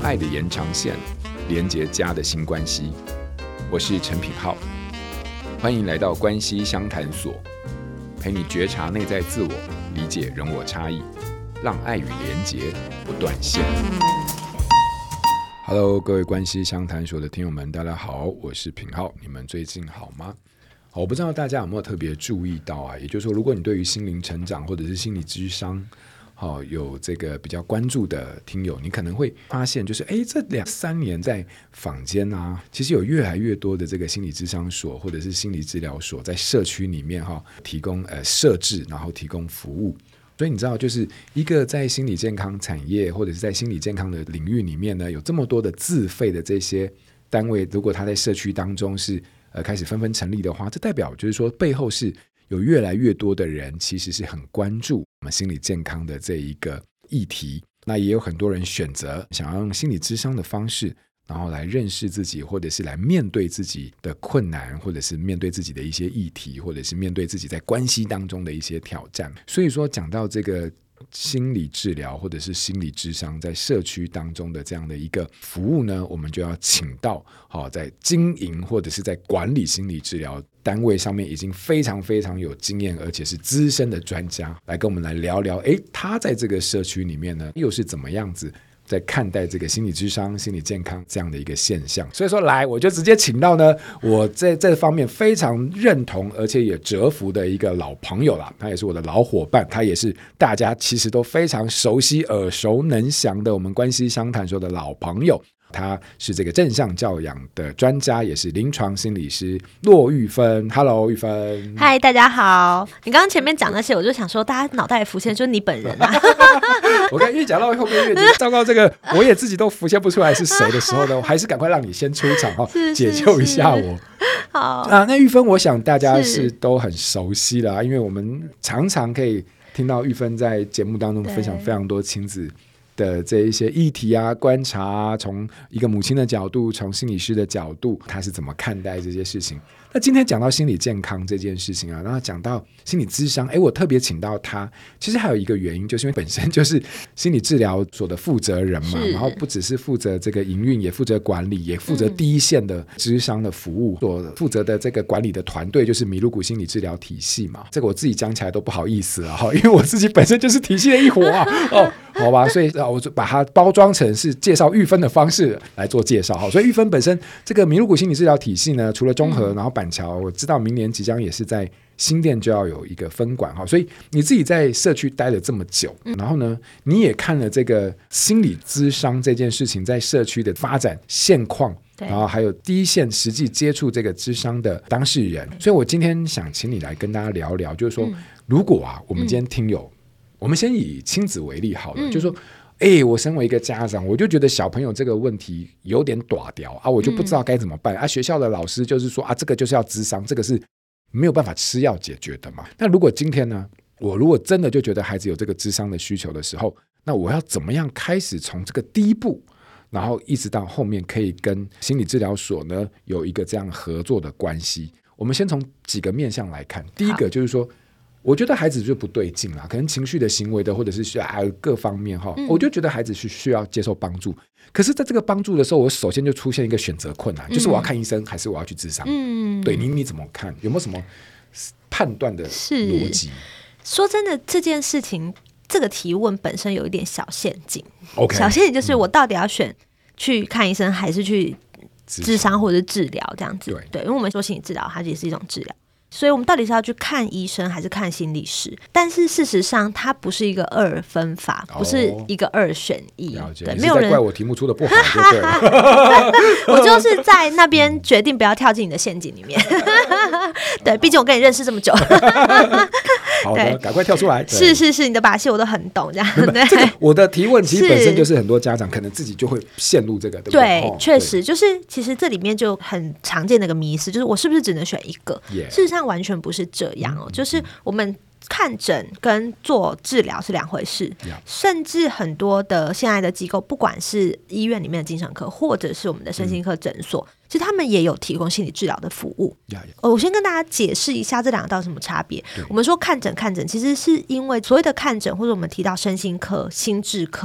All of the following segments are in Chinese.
爱的延长线，连结家的新关系。我是陈品皓，欢迎来到关系相谈所，陪你觉察内在自我，理解人我差异，让爱与连结不断线。Hello， 各位关系相谈所的听友们，大家好，我是品皓，你们最近好吗？我不知道大家有没有特别注意到啊，也就是说，如果你对于心灵成长或者是心理諮商有这个比较关注的听友，你可能会发现就是这2-3年在坊间啊，其实有越来越多的这个心理諮商所或者是心理治疗所在社区里面提供设置，然后提供服务。所以你知道，就是一个在心理健康产业或者是在心理健康的领域里面呢，有这么多的自费的这些单位，如果他在社区当中是开始纷纷成立的话，这代表就是说背后是有越来越多的人其实是很关注我们心理健康的这一个议题。那也有很多人选择想要用心理諮商的方式，然后来认识自己，或者是来面对自己的困难，或者是面对自己的一些议题，或者是面对自己在关系当中的一些挑战。所以说讲到这个心理治疗或者是心理諮商在社区当中的这样的一个服务呢，我们就要请到在经营或者是在管理心理治疗单位上面已经非常非常有经验而且是资深的专家，来跟我们来聊聊他在这个社区里面呢又是怎么样子在看待这个心理諮商、心理健康这样的一个现象。所以说来我就直接请到呢我在这方面非常认同而且也折服的一个老朋友啦，他也是我的老伙伴，他也是大家其实都非常熟悉耳熟能详的我们关系相谈所的老朋友，他是这个正向教养的专家，也是临床心理师骆玉芬。 Hello 玉芬。 嗨，大家好。你刚刚前面讲那些我就想说大家脑袋里浮现就是你本人啊我刚越讲到后面越觉得糟糕，这个我也自己都浮现不出来是谁的时候呢，我还是赶快让你先出场解救一下我。 好那玉芬我想大家是都很熟悉啦，因为我们常常可以听到玉芬在节目当中分享非常多亲子的这一些议题啊、观察啊，从一个母亲的角度，从心理师的角度，他是怎么看待这些事情。那今天讲到心理健康这件事情啊，然后讲到心理諮商，我特别请到他，其实还有一个原因，就是因为本身就是心理治疗所的负责人嘛，然后不只是负责这个营运，也负责管理，也负责第一线的諮商的服务，所负责的这个管理的团队就是米露谷心理治疗体系嘛。这个我自己讲起来都不好意思了，因为我自己本身就是体系的一伙啊。好吧，所以我就把它包装成是介绍玉芬的方式来做介绍。所以玉芬本身这个米露谷心理治疗体系呢，除了中和然后板桥，我知道明年即将也是在新店就要有一个分馆。所以你自己在社区待了这么久，然后呢你也看了这个心理諮商这件事情在社区的发展现况，然后还有第一线实际接触这个諮商的当事人。所以我今天想请你来跟大家聊聊，就是说如果我们今天听友我们先以亲子为例好了，就是说我身为一个家长，我就觉得小朋友这个问题有点大条我就不知道该怎么办学校的老师就是说这个就是要諮商，这个是没有办法吃药解决的嘛。那如果今天呢，我如果真的就觉得孩子有这个諮商的需求的时候，那我要怎么样开始从这个第一步，然后一直到后面可以跟心理治疗所呢有一个这样合作的关系。我们先从几个面向来看。第一个就是说，我觉得孩子就不对劲啦，可能情绪的行为的或者是各方面我就觉得孩子是需要接受帮助。可是在这个帮助的时候，我首先就出现一个选择困难，就是我要看医生还是我要去諮商。对，你怎么看？有没有什么判断的逻辑？ 说真的，这件事情这个提问本身有一点小陷阱。 小陷阱就是我到底要选去看医生还是去諮商或者是治疗这样子。对，因为我们说心理治疗它也是一种治疗，所以我们到底是要去看医生还是看心理师？但是事实上它不是一个二分法，不是一个二选一。 对，没有人怪我题目出的不好就对了我就是在那边决定不要跳进你的陷阱里面对，毕竟我跟你认识这么久好的，赶快跳出来。 是你的把戏我都很懂这样。 这个我的提问其实本身就是很多家长可能自己就会陷入这个，对不对？ 对，确实就是其实这里面就很常见的一个迷思，就是我是不是只能选一个？事实上完全不是这样就是我们看诊跟做治疗是两回事，甚至很多的现在的机构，不管是医院里面的精神科或者是我们的身心科诊所，其实他们也有提供心理治疗的服务。我先跟大家解释一下这两个到底什么差别。我们说看诊其实是因为所谓的看诊，或者我们提到身心科、心智科，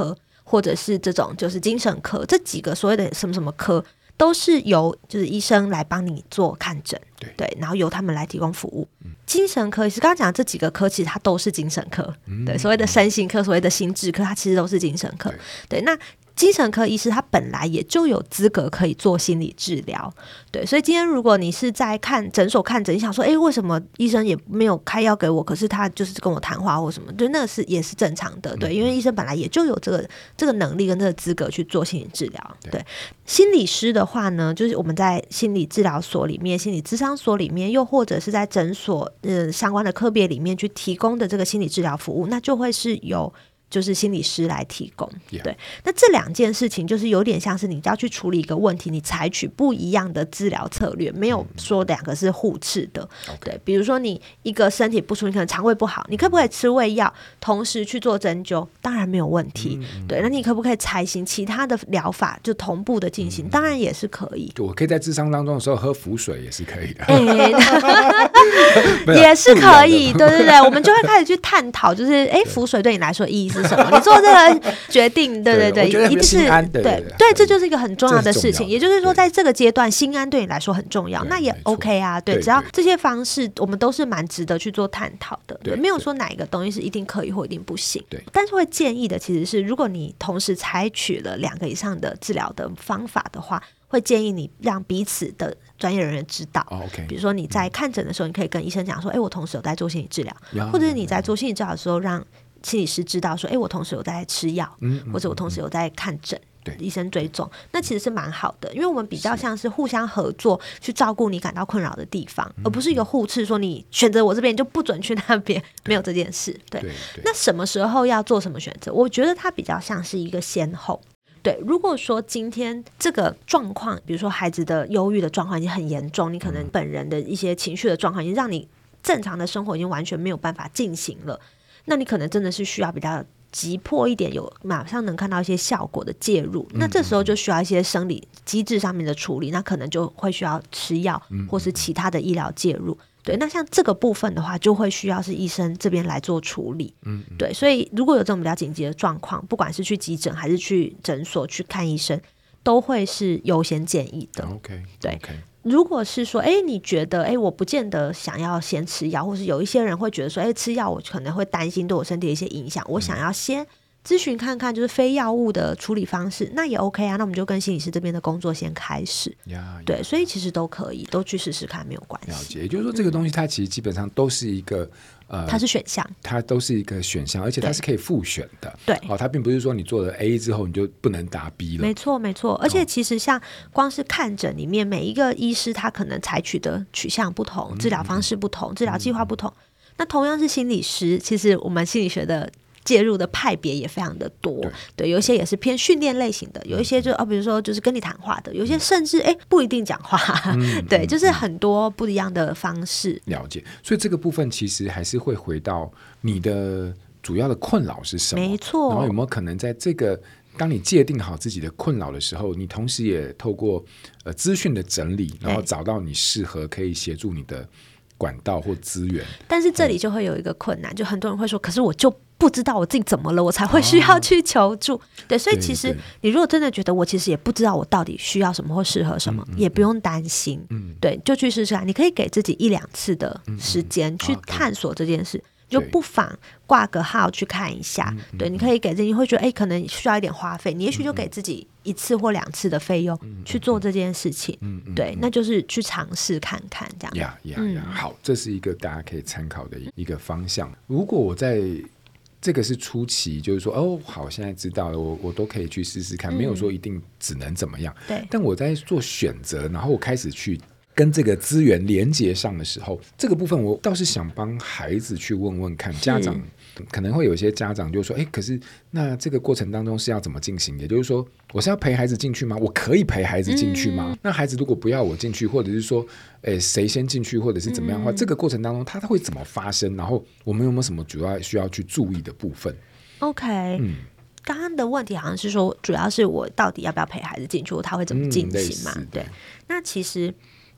或者是这种就是精神科，这几个所谓的什么什么科都是由就是医生来帮你做看诊， 对，然后由他们来提供服务。精神科医师刚刚讲的这几个科其实它都是精神科，对，所谓的身心科所谓的心智科它其实都是精神科，对，那精神科医师他本来也就有资格可以做心理治疗，对，所以今天如果你是在看诊所看诊，你想说为什么医生也没有开药给我，可是他就是跟我谈话或什么，对，那也是正常的，对，因为医生本来也就有这个能力跟这个资格去做心理治疗，对。心理师的话呢，就是我们在心理治疗所里面、心理咨商所里面，又或者是在诊所相关的科别里面去提供的这个心理治疗服务，那就会是由就是心理师来提供，对，那这两件事情就是有点像是你要去处理一个问题，你采取不一样的治疗策略，没有说两个是互斥的，对，比如说你一个身体不舒服，你可能肠胃不好，你可不可以吃胃药同时去做针灸？当然没有问题，对，那你可不可以采行其他的疗法就同步的进行？当然也是可以， 我可以在諮商当中的时候喝符水也是可以的， 也是可以，对对对，我们就会开始去探讨，就是符水对你来说意义是什么？你做这个决定，对对对， 一定是对，这就是一个很重要的事情。也就是说，在这个阶段，心安对你来说很重要，那也 OK 啊。对，只要这些方式，我们都是蛮值得去做探讨的。对，没有说哪一个东西是一定可以或一定不行。对，但是会建议的其实是，如果你同时采取了2个以上的治疗的方法的话，会建议你让彼此的专业人员知道，比如说你在看诊的时候，你可以跟医生讲说，我同时有在做心理治疗，或者是你在做心理治疗的时候，让心理师知道说，我同时有在吃药，或者我同时有在看诊，医生追踪，那其实是蛮好的，因为我们比较像是互相合作去照顾你感到困扰的地方，而不是一个互斥，说你选择我这边就不准去那边，没有这件事。对，那什么时候要做什么选择？我觉得它比较像是一个先后。对，如果说今天这个状况，比如说孩子的忧郁的状况已经很严重，你可能本人的一些情绪的状况已经让你正常的生活已经完全没有办法进行了，那你可能真的是需要比较急迫一点，有马上能看到一些效果的介入，那这时候就需要一些生理机制上面的处理，那可能就会需要吃药或是其他的医疗介入。对，那像这个部分的话，就会需要是医生这边来做处理。对，所以如果有这种比较紧急的状况，不管是去急诊还是去诊所去看医生，都会是优先建议的。对。如果是说你觉得我不见得想要先吃药，或是有一些人会觉得说吃药我可能会担心对我身体的一些影响，我想要先咨询看看就是非药物的处理方式，那也 OK 啊，那我们就跟心理师这边的工作先开始。对，所以其实都可以，都去试试看，没有关系。 了解，也就是说这个东西它其实基本上都是一个它是选项， 它都是一个选项，而且它是可以复选的。 对， 它并不是说你做了 A 之后你就不能答 B 了。 没错没错，而且其实像光是看诊里面，每一个医师他可能采取的取向不同，治疗方式不同，治疗计划不同。那同样是心理师，其实我们心理学的介入的派别也非常的多，对，有一些也是偏训练类型的，有一些就比如说就是跟你谈话的，有一些甚至不一定讲话，对，就是很多不一样的方式。 了解，所以这个部分其实还是会回到你的主要的困扰是什么， 没错， 然后有没有可能在这个当你界定好自己的困扰的时候，你同时也透过资讯的整理，然后找到你适合可以协助你的管道或资源。 但是这里就会有一个困难，就很多人会说，可是我就不知道我自己怎么了，我才会需要去求助。对，所以其实你如果真的觉得我其实也不知道我到底需要什么或适合什么，也不用担心。对，就去试试看，你可以给自己1-2次的时间去探索这件事。就不妨挂个号去看一下，对，你可以给自己会觉得可能需要一点花费，你也许就给自己1次或2次的费用去做这件事情，对，那就是去尝试看看这样。 好，这是一个大家可以参考的一个方向。如果我在这个是初期，就是说好，现在知道了，我都可以去试试看，没有说一定只能怎么样。 对， 但我在做选择，然后我开始去跟这个资源连接上的时候，这个部分我倒是想帮孩子去问问看，家长可能会有一些家长就说可是那这个过程当中是要怎么进行的，也就是说我是要陪孩子进去吗？我可以陪孩子进去吗？那孩子如果不要我进去，或者是说谁先进去或者是怎么样的话，这个过程当中它会怎么发生，然后我们有没有什么主要需要去注意的部分？ OK，刚刚的问题好像是说主要是我到底要不要陪孩子进去，他会怎么进行嘛？对，那其实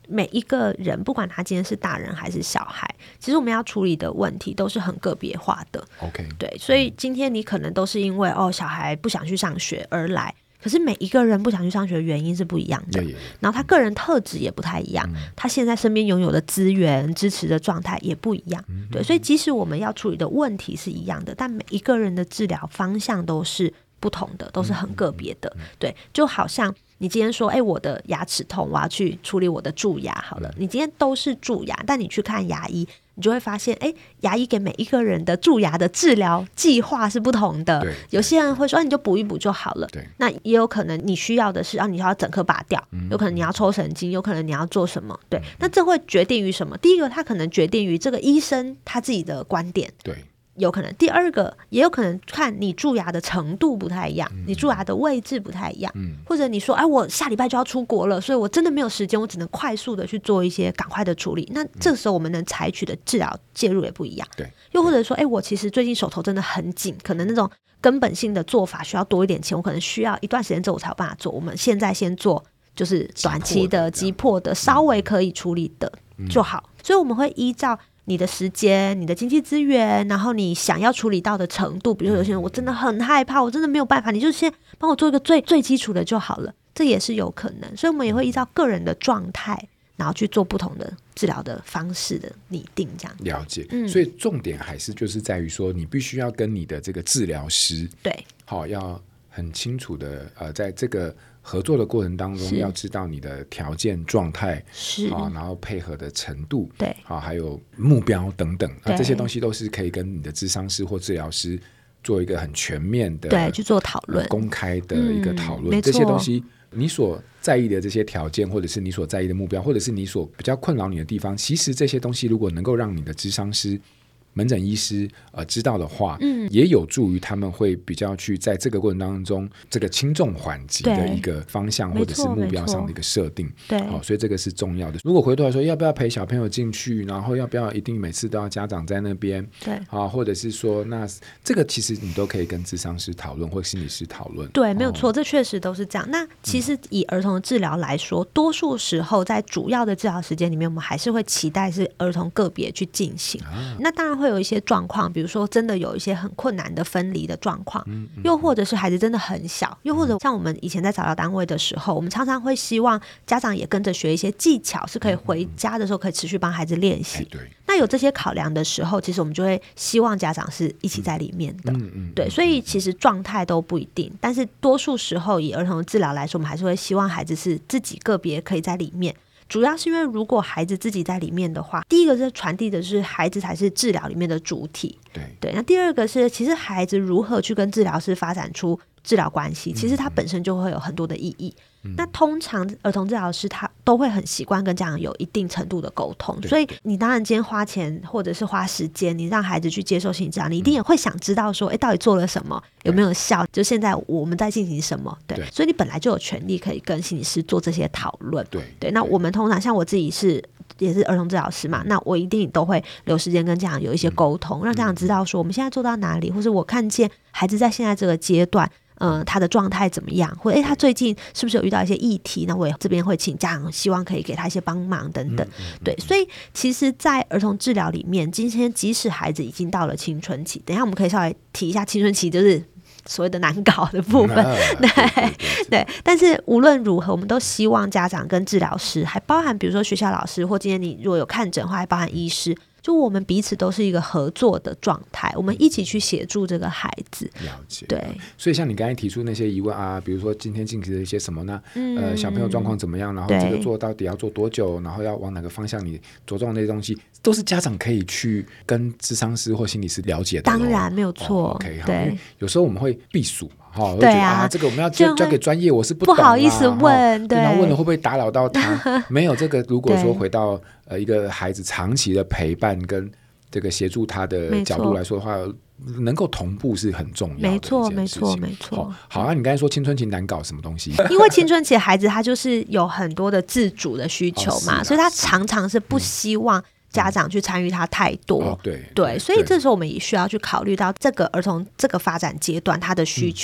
每一个人不管他今天是大人还是小孩，其实我们要处理的问题都是很个别化的。 OK， 对，所以今天你可能都是因为小孩不想去上学而来，可是每一个人不想去上学的原因是不一样的，然后他个人特质也不太一样，他现在身边拥有的资源支持的状态也不一样，对，所以即使我们要处理的问题是一样的，但每一个人的治疗方向都是不同的，都是很个别的。对，就好像你今天说我的牙齿痛，我要去处理我的蛀牙好了，你今天都是蛀牙，但你去看牙医，你就会发现牙医给每一个人的蛀牙的治疗计划是不同的。有些人会说你就补一补就好了，那也有可能你需要的是你要整颗拔掉，有可能你要抽神经，有可能你要做什么。对，那这会决定于什么？第一个，他可能决定于这个医生他自己的观点，对，有可能。第二个，也有可能看你蛀牙的程度不太一样，你蛀牙的位置不太一样，或者你说我下礼拜就要出国了，所以我真的没有时间，我只能快速的去做一些赶快的处理，那这时候我们能采取的治疗介入也不一样。对，又或者说我其实最近手头真的很紧，可能那种根本性的做法需要多一点钱，我可能需要一段时间之后我才有办法做，我们现在先做就是短期的急迫的稍微可以处理的就好。所以我们会依照你的时间、你的经济资源，然后你想要处理到的程度，比如说有些人我真的很害怕，我真的没有办法，你就先帮我做一个最基础的就好了，这也是有可能。所以我们也会依照个人的状态，然后去做不同的治疗的方式的拟定，这样了解。所以重点还是就是在于说，你必须要跟你的这个治疗师对要很清楚的在这个合作的过程当中要知道你的条件状态是然后配合的程度对还有目标等等这些东西都是可以跟你的諮商师或治疗师做一个很全面的对去做讨论公开的一个讨论这些东西你所在意的这些条件或者是你所在意的目标或者是你所比较困扰你的地方，其实这些东西如果能够让你的諮商师门诊医师知道的话也有助于他们会比较去在这个过程当中这个轻重缓急的一个方向或者是目标上的一个设定对所以这个是重要的。如果回头来说要不要陪小朋友进去，然后要不要一定每次都要家长在那边对或者是说那这个其实你都可以跟諮商师讨论或心理师讨论对没有错这确实都是这样。那其实以儿童的治疗来说多数时候在主要的治疗时间里面我们还是会期待是儿童个别去进行那当然会有一些状况，比如说真的有一些很困难的分离的状况又或者是孩子真的很小，又或者像我们以前在早教单位的时候我们常常会希望家长也跟着学一些技巧是可以回家的时候可以持续帮孩子练习那有这些考量的时候其实我们就会希望家长是一起在里面的对，所以其实状态都不一定，但是多数时候以儿童的治疗来说我们还是会希望孩子是自己个别可以在里面，主要是因为如果孩子自己在里面的话，第一个是传递的是孩子才是治疗里面的主体对，那第二个是其实孩子如何去跟治疗师发展出治疗关系其实它本身就会有很多的意义那通常儿童治疗师他都会很习惯跟家长有一定程度的沟通，所以你当然今天花钱或者是花时间你让孩子去接受心理治疗，你一定也会想知道说到底做了什么，有没有效，就现在我们在进行什么 对，所以你本来就有权利可以跟心理师做这些讨论对，那我们通常像我自己也是儿童治疗师嘛，那我一定都会留时间跟家长有一些沟通让家长知道说我们现在做到哪里，或者我看见孩子在现在这个阶段他的状态怎么样，或者他最近是不是有遇到一些议题，那我也这边会请家长希望可以给他一些帮忙等等对，所以其实在儿童治疗里面今天即使孩子已经到了青春期，等一下我们可以稍微提一下青春期就是所谓的难搞的部分对，但是无论如何我们都希望家长跟治疗师还包含比如说学校老师或今天你如果有看诊的话还包含医师，就我们彼此都是一个合作的状态，我们一起去协助这个孩子了解对， 所以像你刚才提出那些疑问比如说今天进行的一些什么呢小朋友状况怎么样，然后这个做到底要做多久，然后要往哪个方向，你着重的那些东西都是家长可以去跟諮商师或心理师了解的当然没有错 OK 好， 对， 因为有时候我们会避暑会觉得这个我们要交给专业，我是不懂不好意思问对， 然后问了会不会打扰到他没有这个如果说回到一个孩子长期的陪伴跟这个协助他的角度来说的话能够同步是很重要的一件事情没错好你刚才说青春期难搞什么东西因为青春期的孩子他就是有很多的自主的需求嘛所以他常常是不希望家长去参与他太多对，所以这时候我们也需要去考虑到这个儿童这个发展阶段他的需求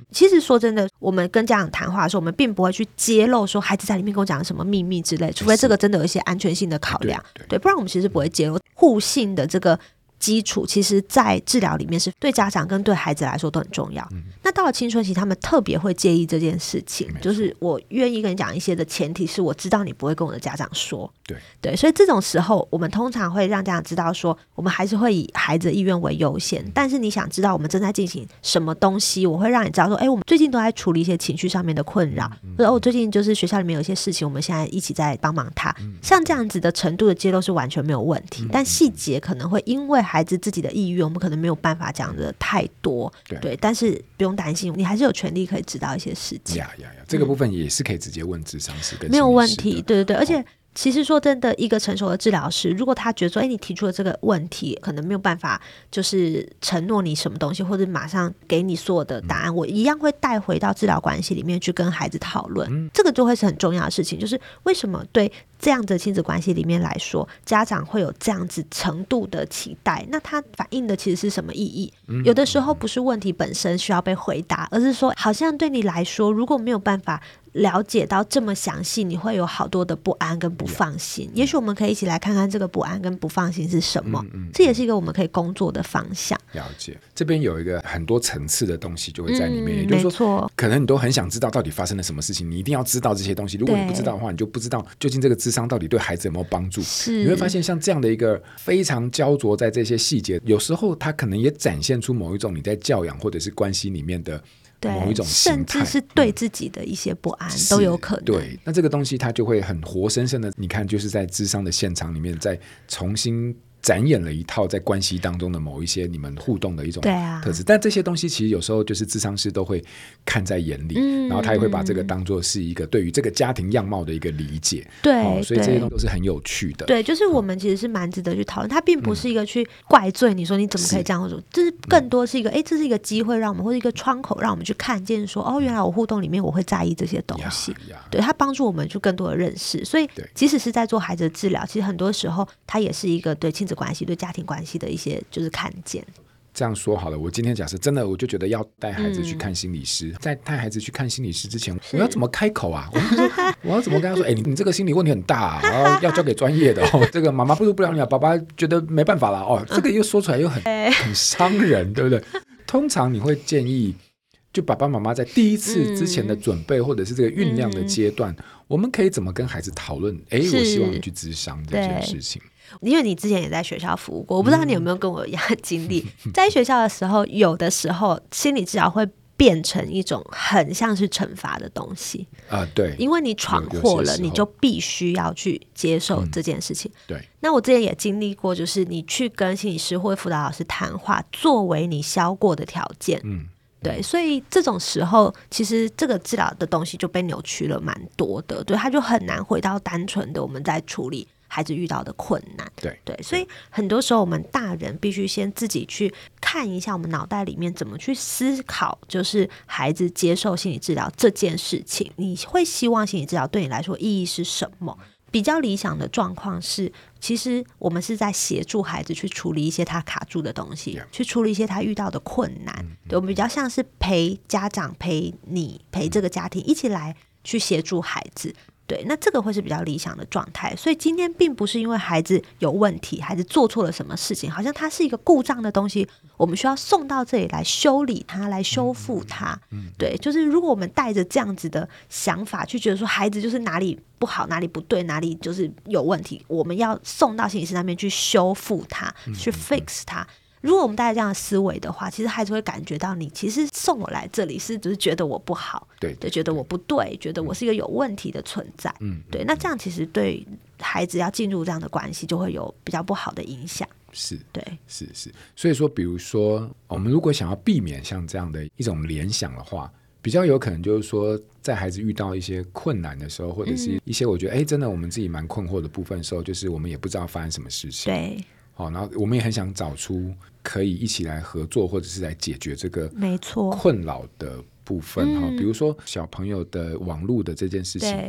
其实说真的，我们跟家长谈话的时候，我们并不会去揭露说孩子在里面跟我讲什么秘密之类，除非这个真的有一些安全性的考量，对，不然我们其实不会揭露。互信的这个基础其实在治疗里面是对家长跟对孩子来说都很重要，那到了青春期他们特别会介意这件事情，就是我愿意跟你讲一些的前提是我知道你不会跟我的家长说，对，所以这种时候我们通常会让家长知道说我们还是会以孩子的意愿为优先，但是你想知道我们正在进行什么东西，我会让你知道说我们最近都在处理一些情绪上面的困扰，或者我最近就是学校里面有一些事情我们现在一起在帮忙他，像这样子的程度的揭露是完全没有问题，但细节可能会因为孩子自己的意愿我们可能没有办法讲的太多，对，但是不用担心，你还是有权利可以知道一些事情， 这个部分也是可以直接问諮商师跟心理师的， 没有问题，对，而且其实说真的，一个成熟的治疗师如果他觉得说你提出了这个问题可能没有办法就是承诺你什么东西或者马上给你所有的答案，我一样会带回到治疗关系里面去跟孩子讨论，这个就会是很重要的事情，就是为什么对这样的亲子关系里面来说家长会有这样子程度的期待，那他反映的其实是什么意义，有的时候不是问题本身需要被回答，而是说好像对你来说如果没有办法了解到这么详细，你会有好多的不安跟不放心，也许我们可以一起来看看这个不安跟不放心是什么，这也是一个我们可以工作的方向。 了解，这边有一个很多层次的东西就会在里面，也就是说可能你都很想知道到底发生了什么事情，你一定要知道这些东西，如果你不知道的话你就不知道究竟这个諮商到底对孩子有没有帮助，你会发现像这样的一个非常焦灼在这些细节，有时候它可能也展现出某一种你在教养或者是关系里面的某一种心态， 甚至是对自己的一些不安，都有可能。 对，那这个东西它就会很活生生的，你看就是在諮商的现场里面再重新展演了一套在关系当中的某一些你们互动的一种特质，但这些东西其实有时候就是諮商师都会看在眼里，然后他也会把这个当作是一个对于这个家庭样貌的一个理解，对，所以这些东西都是很有趣的。 对，就是我们其实是蛮值得去讨论，它并不是一个去怪罪你说你怎么可以这样，或者就是更多是一个这是一个机会让我们，或者一个窗口让我们去看见说原来我互动里面我会在意这些东西，对，它帮助我们去更多的认识，所以即使是在做孩子的治疗，其实很多时候它也是一个对亲子关系对家庭关系的一些就是看见。 这样说好了，我今天假设真的我就觉得要带孩子去看心理师，在带孩子去看心理师之前我要怎么开口啊？我要怎么跟他说你这个心理问题很大然后要交给专业的这个妈妈不如不了你了，爸爸觉得没办法了这个又说出来又很伤人，对不对？通常你会建议就爸爸妈妈在第一次之前的准备或者是这个酝酿的阶段我们可以怎么跟孩子讨论我希望你去諮商这件事情？ 因为你之前也在学校服务过，我不知道你有没有跟我一样的经历在学校的时候有的时候心理治疗会变成一种很像是惩罚的东西对， 因为你闯祸了你就必须要去接受这件事情， 对。 那我之前也经历过，就是你去跟心理师或辅导老师谈话作为你消过的条件，对，所以这种时候其实这个治疗的东西就被扭曲了蛮多的，对，它就很难回到单纯的我们在处理孩子遇到的困难，对，所以很多时候我们大人必须先自己去看一下我们脑袋里面怎么去思考，就是孩子接受心理治疗这件事情，你会希望心理治疗对你来说意义是什么？比较理想的状况是其实我们是在协助孩子去处理一些他卡住的东西，去处理一些他遇到的困难，对，我们比较像是陪家长陪你陪这个家庭一起来去协助孩子，对，那这个会是比较理想的状态。所以今天并不是因为孩子有问题，孩子做错了什么事情，好像它是一个故障的东西，我们需要送到这里来修理它，来修复它，对，就是如果我们带着这样子的想法去觉得说孩子就是哪里不好哪里不对哪里就是有问题，我们要送到心理师那边去修复它，去 fix 它，如果我们带着这样的思维的话，其实孩子会感觉到你其实送我来这里是只是觉得我不好，对，觉得我不对，觉得我是一个有问题的存在，对，那这样其实对孩子要进入这样的关系就会有比较不好的影响，对， 是，所以说比如说我们如果想要避免像这样的一种联想的话，比较有可能就是说在孩子遇到一些困难的时候，或者是一些我觉得真的我们自己蛮困惑的部分的时候，就是我们也不知道发生什么事情， 对， 然后我们也很想找出可以一起来合作或者是来解决这个困扰的部分，比如说小朋友的网络的这件事情，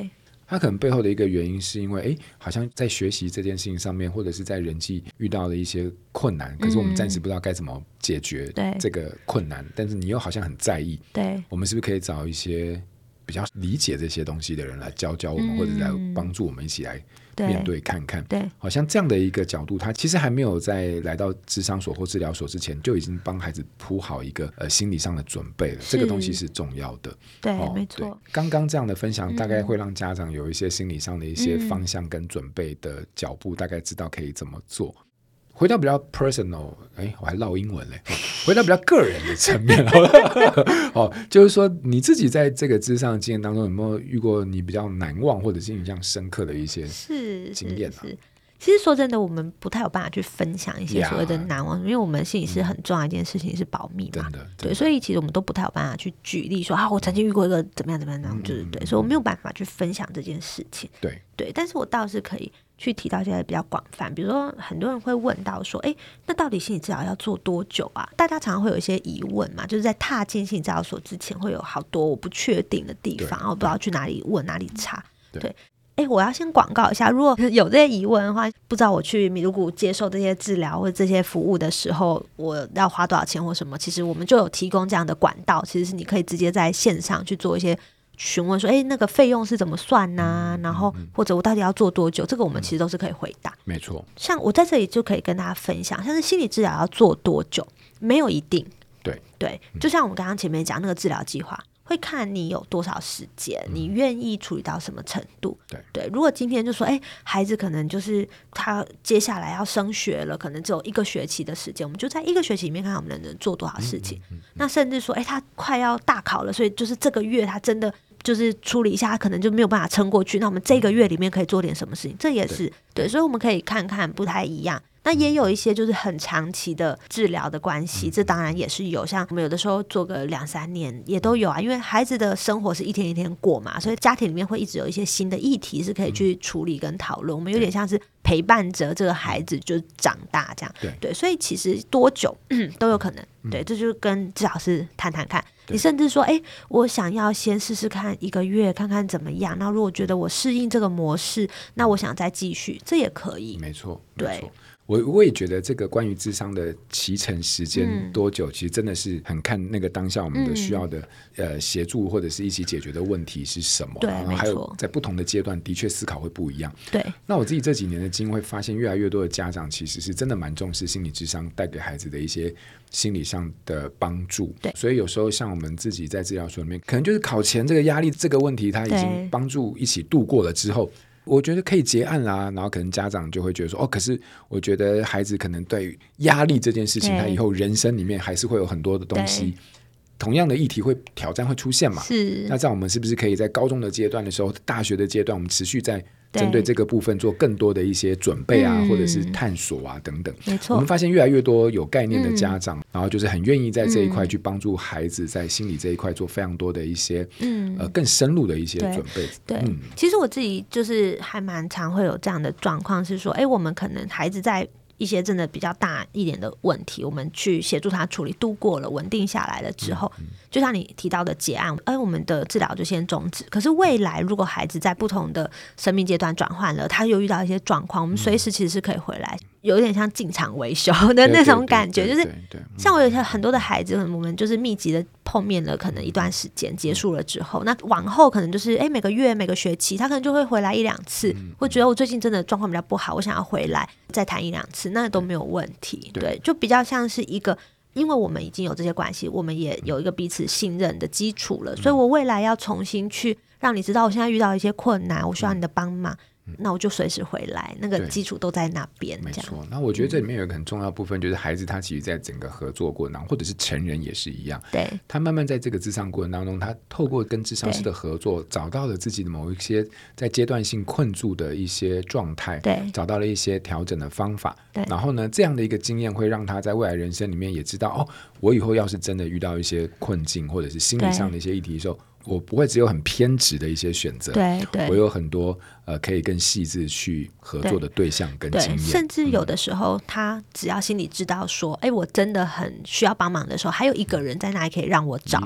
他可能背后的一个原因是因为好像在学习这件事情上面，或者是在人际遇到的一些困难，可是我们暂时不知道该怎么解决这个困难，但是你又好像很在意，对，我们是不是可以找一些比较理解这些东西的人来教我们，或者来帮助我们一起来面对看看，对，好像这样的一个角度，他其实还没有在来到諮商所或治疗所之前，就已经帮孩子铺好一个心理上的准备了。这个东西是重要的， 对，没错。 刚刚这样的分享，大概会让家长有一些心理上的一些方向跟准备的脚步，大概知道可以怎么做。回到比较 personal， 我还唠英文嘞。回到比较个人的层面就是说你自己在这个諮商的经验当中，有没有遇过你比较难忘或者是印象深刻的一些经验啊？ 是其实说真的，我们不太有办法去分享一些所谓的难忘，因为我们心理师很重要一件事情是保密嘛，对，所以其实我们都不太有办法去举例说我曾经遇过一个怎么样，就是对，所以我没有办法去分享这件事情，对，但是我倒是可以去提到一些比较广泛，比如说很多人会问到说那到底心理治疗要做多久啊？大家常常会有一些疑问嘛，就是在踏进心理治疗所之前会有好多我不确定的地方，然后不知道去哪里问哪里查，对。我要先广告一下，如果有这些疑问的话，不知道我去米鲁谷接受这些治疗或者这些服务的时候我要花多少钱或什么，其实我们就有提供这样的管道，其实是你可以直接在线上去做一些询问说那个费用是怎么算啊，然后或者我到底要做多久，这个我们其实都是可以回答， 没错。 像我在这里就可以跟大家分享，像是心理治疗要做多久没有一定，对，就像我们刚刚前面讲那个治疗计划会看你有多少时间，你愿意处理到什么程度，对。如果今天就说孩子可能就是他接下来要升学了，可能只有1个学期的时间，我们就在1个学期里面看看我们能做多少事情，那甚至说他快要大考了，所以就是这个月他真的就是处理一下，他可能就没有办法撑过去，那我们这个月里面可以做点什么事情，这也是 对，所以我们可以看看不太一样。那也有一些就是很长期的治疗的关系，这当然也是有，像我们有的时候做个2-3年也都有啊，因为孩子的生活是一天一天过嘛，所以家庭里面会一直有一些新的议题是可以去处理跟讨论，我们有点像是陪伴着这个孩子就长大这样，对，所以其实多久都有可能，对，这就跟治疗师谈谈看，你甚至说我想要先试试看1个月看看怎么样，那如果觉得我适应这个模式，那我想再继续，这也可以， 没错， 对。 我也觉得这个关于諮商的期程时间多久，其实真的是很看那个当下我们的需要的协助或者是一起解决的问题是什么， 对， 然后还有在不同的阶段的确思考会不一样， 对。 那我自己这几年的经验会发现，越来越多的家长其实是真的蛮重视心理諮商带给孩子的一些心理上的帮助，对。所以有时候像我们自己在治疗所里面，可能就是考前这个压力这个问题他已经帮助一起度过了之后，我觉得可以结案啦，然后可能家长就会觉得说可是我觉得孩子可能对压力这件事情，他以后人生里面还是会有很多的东西，同样的议题会挑战会出现嘛，是。那这样我们是不是可以在高中的阶段的时候，大学的阶段，我们持续在针对这个部分做更多的一些准备啊，或者是探索啊等等，没错。我们发现越来越多有概念的家长，然后就是很愿意在这一块去帮助孩子在心理这一块做非常多的一些更深入的一些准备， 对。其实我自己就是还蛮常会有这样的状况，是说我们可能孩子在一些真的比较大一点的问题，我们去协助他处理，度过了稳定下来了之后，就像你提到的结案，我们的治疗就先终止。可是未来如果孩子在不同的生命阶段转换了，他又遇到一些状况，我们随时其实是可以回来，有点像进场维修的那种感觉，就是像我有些很多的孩子，我们就是密集的碰面了，可能一段时间结束了之后，那往后可能就是每个月每个学期他可能就会回来1-2次，会觉得我最近真的状况比较不好，我想要回来再谈1-2次，那都没有问题，对，就比较像是一个，因为我们已经有这些关系，我们也有一个彼此信任的基础了，所以我未来要重新去让你知道我现在遇到一些困难，我需要你的帮忙，那我就随时回来，那个基础都在那边， 没错。那我觉得这里面有一个很重要的部分，就是孩子他其实在整个合作过程当中，或者是成人也是一样，对，他慢慢在这个諮商过程当中，他透过跟諮商师的合作，找到了自己的某一些在阶段性困住的一些状态，对，找到了一些调整的方法，对。然后呢，这样的一个经验会让他在未来人生里面也知道，我以后要是真的遇到一些困境或者是心理上的一些议题的时候，我不会只有很偏执的一些选择，对，我有很多可以更细致去合作的对象跟经验， 甚至有的时候他只要心里知道说我真的很需要帮忙的时候，还有一个人在那里可以让我找，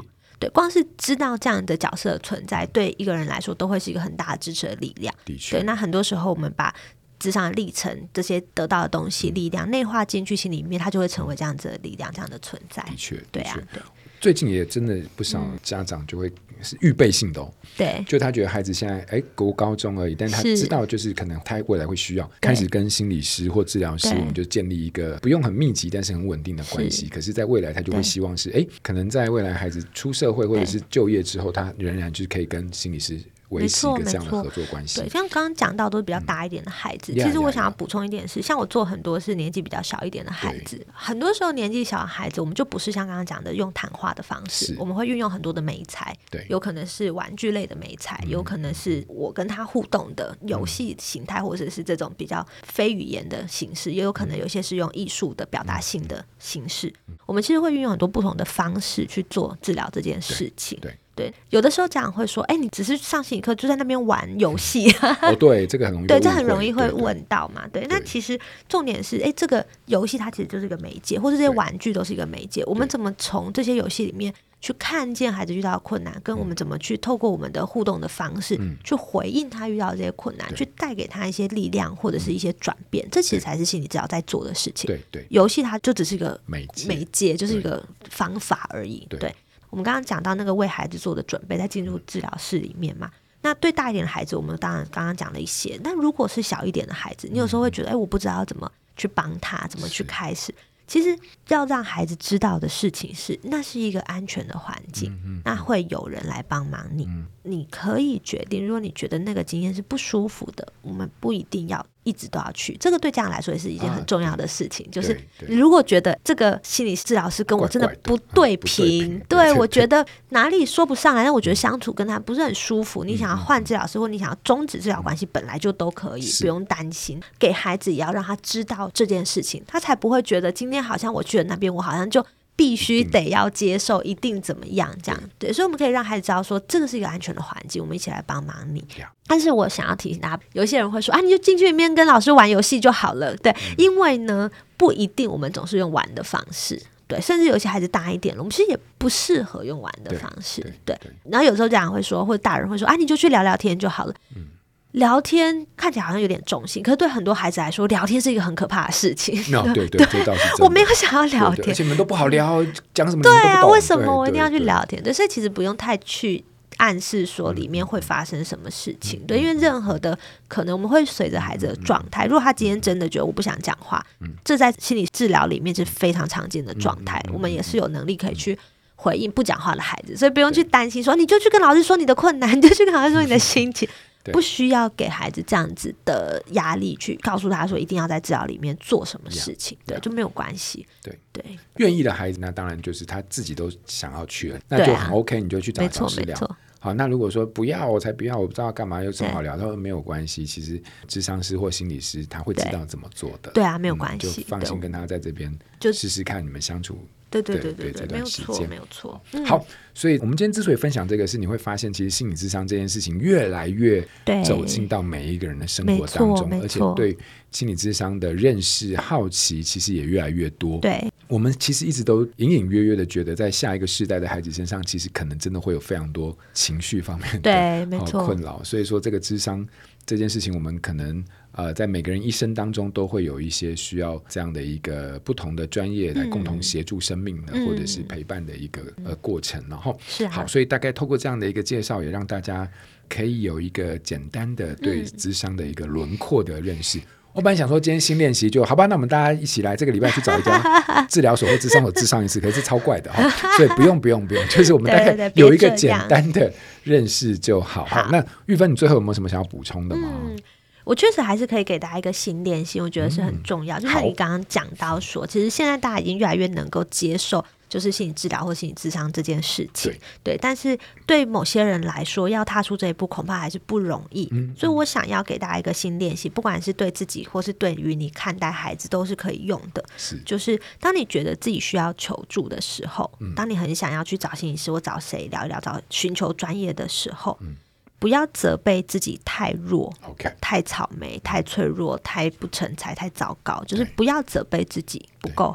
对，光是知道这样的角色的存在，对一个人来说都会是一个很大的支持的力量。 的确， 对，那很多时候我们把諮商的历程这些得到的东西力量内化进去心里面，它就会成为这样子的力量，这样的存在。 的确， 对啊，对。 最近也真的不少家长就会是预备性的哦， 对， 就他觉得孩子现在国高中而已，但他知道就是可能他未来会需要开始跟心理师或治疗师，我们就建立一个不用很密集但是很稳定的关系。可是在未来他就会希望是可能在未来孩子出社会或者是就业之后，他仍然就是可以跟心理师维持一个这样的合作关系。 对，像刚刚讲到都是比较大一点的孩子，其实我想要补充一点是，像我做很多是年纪比较小一点的孩子，很多时候年纪小的孩子我们就不是像刚刚讲的用谈话的方式，我们会运用很多的媒材，有可能是玩具类的媒材，有可能是我跟他互动的游戏形态，或者是这种比较非语言的形式，也有可能有些是用艺术的表达性的形式，我们其实会运用很多不同的方式去做治疗这件事情。对，有的时候家长会说你只是上心理课就在那边玩游戏对，这个很容易对，这很容易会问到嘛。对，那其实重点是这个游戏它其实就是一个媒介，或者这些玩具都是一个媒介，我们怎么从这些游戏里面去看见孩子遇到的困难，跟我们怎么去透过我们的互动的方式去回应他遇到的这些困难，去带给他一些力量或者是一些转变，这其实才是心理治疗在做的事情。 对， 游戏它就只是一个媒介，就是一个方法而已。对，我们刚刚讲到那个为孩子做的准备，在进入治疗室里面嘛，那对大一点的孩子我们当然刚刚讲了一些，但如果是小一点的孩子，你有时候会觉得我不知道要怎么去帮他，怎么去开始。其实要让孩子知道的事情是，那是一个安全的环境，那会有人来帮忙你，你可以决定，如果你觉得那个经验是不舒服的，我们不一定要一直都要去，这个对家长来说也是一件很重要的事情，就是如果觉得这个心理治疗师跟我真的不对频，对，我觉得哪里说不上来，但我觉得相处跟他不是很舒服，你想要换治疗师或你想要终止治疗关系，本来就都可以，不用担心。给孩子也要让他知道这件事情，他才不会觉得今天好像我去了那边，我好像就必须得要接受，一定怎么样这样。对，所以我们可以让孩子知道说，这个是一个安全的环境，我们一起来帮忙你。但是我想要提醒大家，有些人会说你就进去里面跟老师玩游戏就好了。对，因为呢不一定我们总是用玩的方式，对，甚至有些孩子大一点了，我们其实也不适合用玩的方式。对，然后有时候家长会说，或者大人会说你就去聊聊天就好了。聊天看起来好像有点重性，可是对很多孩子来说，聊天是一个很可怕的事情。 对，这倒是真的。 我没有想要聊天， 而且你们都不好聊，讲什么你们都不懂。 对啊，为什么我一定要去聊天？对，所以其实不用太去暗示说里面会发生什么事情。对，因为任何的可能我们会随着孩子的状态，如果他今天真的觉得我不想讲话，这在心理治疗里面是非常常见的状态。我们也是有能力可以去回应不讲话的孩子，所以不用去担心说你就去跟老师说你的困难，你就去跟老师说你的心情。不需要给孩子这样子的压力去告诉他说一定要在治疗里面做什么事情，对，就没有关系。对， 愿意的孩子那当然就是他自己都想要去了，那就很 OK，你就去找老师聊。好，那如果说不要，我才不要，我不知道干嘛，又这么好聊，他说没有关系，其实諮商师或心理师他会知道怎么做的。 对啊，没有关系， 就放心跟他在这边试试看你们相处。对，这段时间没有错。 好，所以我们今天之所以分享这个是，你会发现其实心理諮商这件事情越来越走进到每一个人的生活当中，而且对心理諮商的认识、好奇其实也越来越多。 对， 我们其实一直都隐隐约约的觉得，在下一个世代的孩子身上，其实可能真的会有非常多情绪方面的困扰。所以说，这个諮商这件事情，我们可能在每个人一生当中都会有一些需要这样的一个不同的专业来共同协助生命的，或者是陪伴的一个过程。然后好，所以大概透过这样的一个介绍，也让大家可以有一个简单的对諮商的一个轮廓的认识。我本来想说今天新练习就好吧，那我们大家一起来这个礼拜去找一家治疗所或諮商所諮商一次，可是超怪的所以不用，就是我们大概有一个简单的认识就好。好，那玉芬，你最后有没有什么想要补充的吗？ 我确实还是可以给大家一个新练习，我觉得是很重要。就像你刚刚讲到说，其实现在大家已经越来越能够接受就是心理治疗或心理諮商这件事情，对，但是对某些人来说，要踏出这一步恐怕还是不容易。所以我想要给大家一个新练习，不管是对自己或是对于你看待孩子都是可以用的。就是当你觉得自己需要求助的时候，当你很想要去找心理师或找谁聊一聊，寻求专业的时候，不要责备自己太弱、太草莓、太脆弱、太不成才、太糟糕，就是不要责备自己不够好。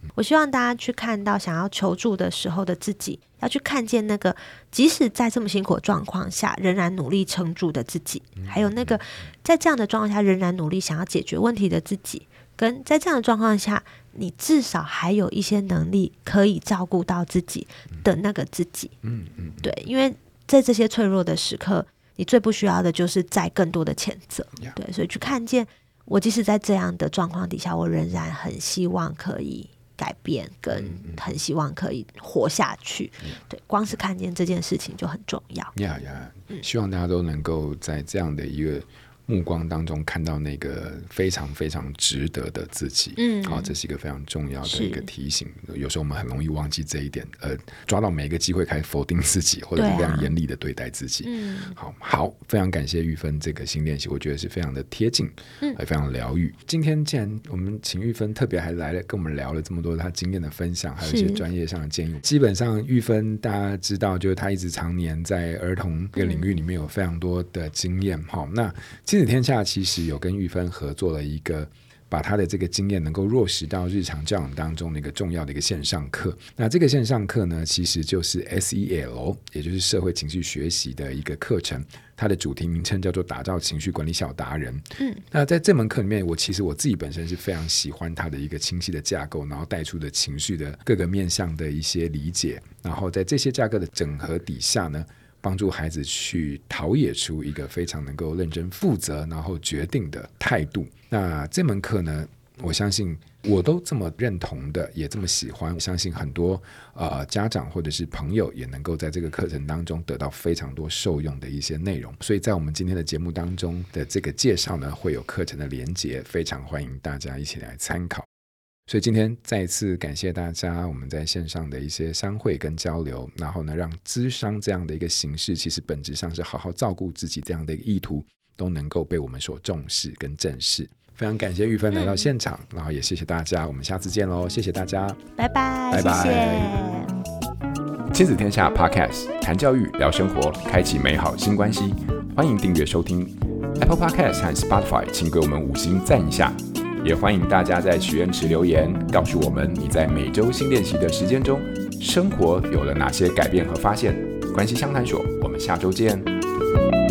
我希望大家去看到想要求助的时候的自己，要去看见那个即使在这么辛苦的状况下仍然努力撑住的自己，还有那个在这样的状况下仍然努力想要解决问题的自己，跟在这样的状况下你至少还有一些能力可以照顾到自己的那个自己。对，因为在这些脆弱的时刻，你最不需要的就是再更多的谴责。对，所以去看见我即使在这样的状况底下，我仍然很希望可以改变，跟很希望可以活下去。对，光是看见这件事情就很重要。 希望大家都能够在这样的一个目光当中看到那个非常非常值得的自己。这是一个非常重要的一个提醒。有时候我们很容易忘记这一点，抓到每一个机会开始否定自己，或者是非常严厉的对待自己。好，非常感谢玉芬这个新练习，我觉得是非常的贴近，也非常疗愈。今天既然我们请玉芬特别还来了跟我们聊了这么多她经验的分享，还有一些专业上的建议。基本上玉芬大家知道，就是她一直常年在儿童这个领域里面有非常多的经验。那亲子天下其实有跟玉芬合作了一个把他的这个经验能够落实到日常教养当中的一个重要的一个线上课。那这个线上课呢，其实就是 SEL， 也就是社会情绪学习的一个课程，它的主题名称叫做打造情绪管理小达人。那在这门课里面，我自己本身是非常喜欢它的一个清晰的架构，然后带出的情绪的各个面向的一些理解，然后在这些架构的整合底下呢，帮助孩子去陶冶出一个非常能够认真负责然后决定的态度。那这门课呢，我相信我都这么认同的，也这么喜欢，我相信很多家长或者是朋友也能够在这个课程当中得到非常多受用的一些内容。所以在我们今天的节目当中的这个介绍呢，会有课程的连结，非常欢迎大家一起来参考。所以今天再一次感谢大家，我们在线上的一些相会跟交流，然后呢，让諮商这样的一个形式，其实本质上是好好照顾自己这样的一个意图，都能够被我们所重视跟正视。非常感谢玉芬来到现场，然后也谢谢大家，我们下次见咯，谢谢大家， 拜拜， 拜拜，谢谢。亲子天下 Podcast 谈教育聊生活，开启美好新关系，欢迎订阅收听 Apple Podcast 和 Spotify， 请给我们5星赞一下。也欢迎大家在许愿池留言，告诉我们你在每周新练习的时间中，生活有了哪些改变和发现。关系相谈所，我们下周见。